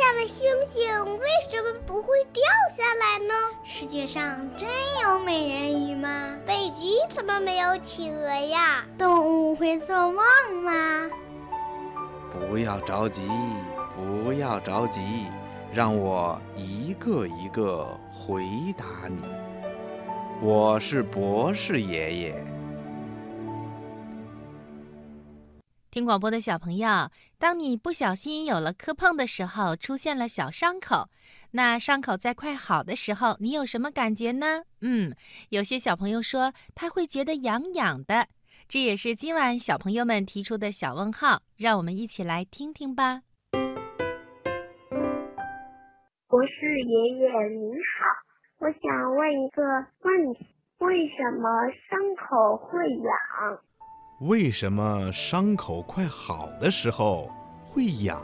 上的星星为什么不会掉下来呢？世界上真有美人鱼吗？北极怎么没有企鹅呀？动物会做梦吗？ 不要着急，不要着急，让我一个一个回答你。我是博士爷爷。 听广播的小朋友，当你不小心有了磕碰的时候，出现了小伤口，那伤口在快好的时候，你有什么感觉呢？有些小朋友说他会觉得痒痒的，这也是今晚小朋友们提出的小问号，让我们一起来听听吧。 博士爷爷您好，我想问一个问题，为什么伤口会痒？ 为什么伤口快好的时候会痒？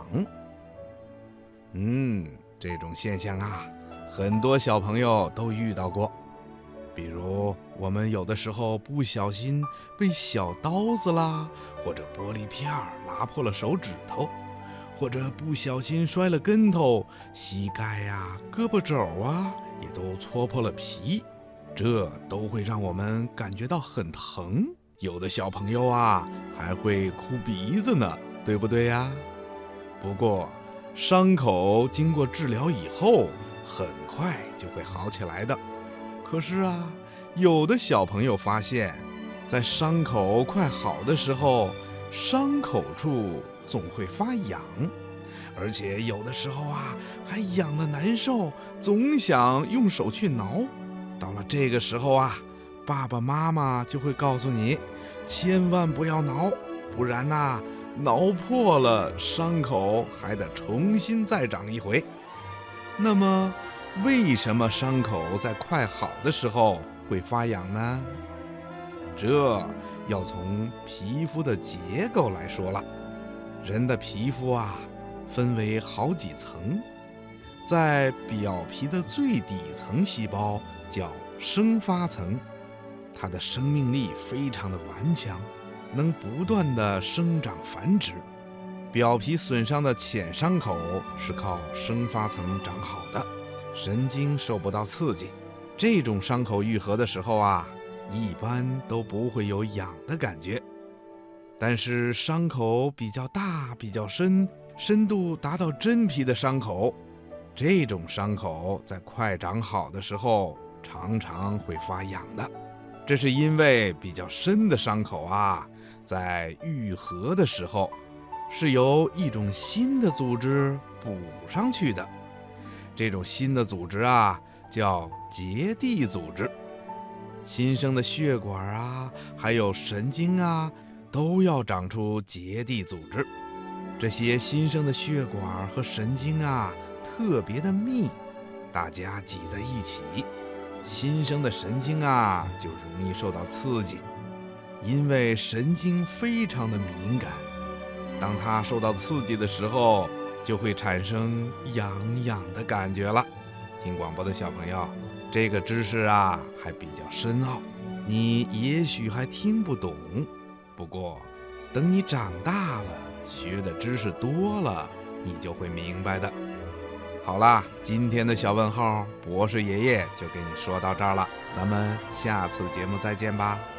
这种现象啊，很多小朋友都遇到过。比如我们有的时候不小心被小刀子啦，或者玻璃片拉破了手指头，或者不小心摔了跟头，膝盖呀、胳膊肘啊也都搓破了皮，这都会让我们感觉到很疼。有的小朋友啊还会哭鼻子呢，对不对呀？不过伤口经过治疗以后很快就会好起来的。可是啊，有的小朋友发现，在伤口快好的时候，伤口处总会发痒，而且有的时候啊还痒得难受，总想用手去挠。到了这个时候啊，爸爸妈妈就会告诉你，千万不要挠，不然挠破了伤口还得重新再长一回。那么为什么伤口在快好的时候会发痒呢？这要从皮肤的结构来说了。人的皮肤啊分为好几层，在表皮的最底层细胞叫生发层，它的生命力非常的顽强，能不断的生长繁殖。表皮损伤的浅伤口是靠生发层长好的，神经受不到刺激，这种伤口愈合的时候啊，一般都不会有痒的感觉。但是伤口比较大、比较深，深度达到真皮的伤口，这种伤口在快长好的时候常常会发痒的。这是因为比较深的伤口啊，在愈合的时候是由一种新的组织补上去的。这种新的组织啊叫结缔组织。新生的血管啊，还有神经啊，都要长出结缔组织。这些新生的血管和神经啊特别的密，大家挤在一起，新生的神经啊就容易受到刺激。因为神经非常的敏感，当它受到刺激的时候，就会产生痒痒的感觉了。听广播的小朋友，这个知识啊还比较深奥，你也许还听不懂，不过等你长大了，学的知识多了，你就会明白的。好啦，今天的小问号，博士爷爷就给你说到这儿了，咱们下次节目再见吧。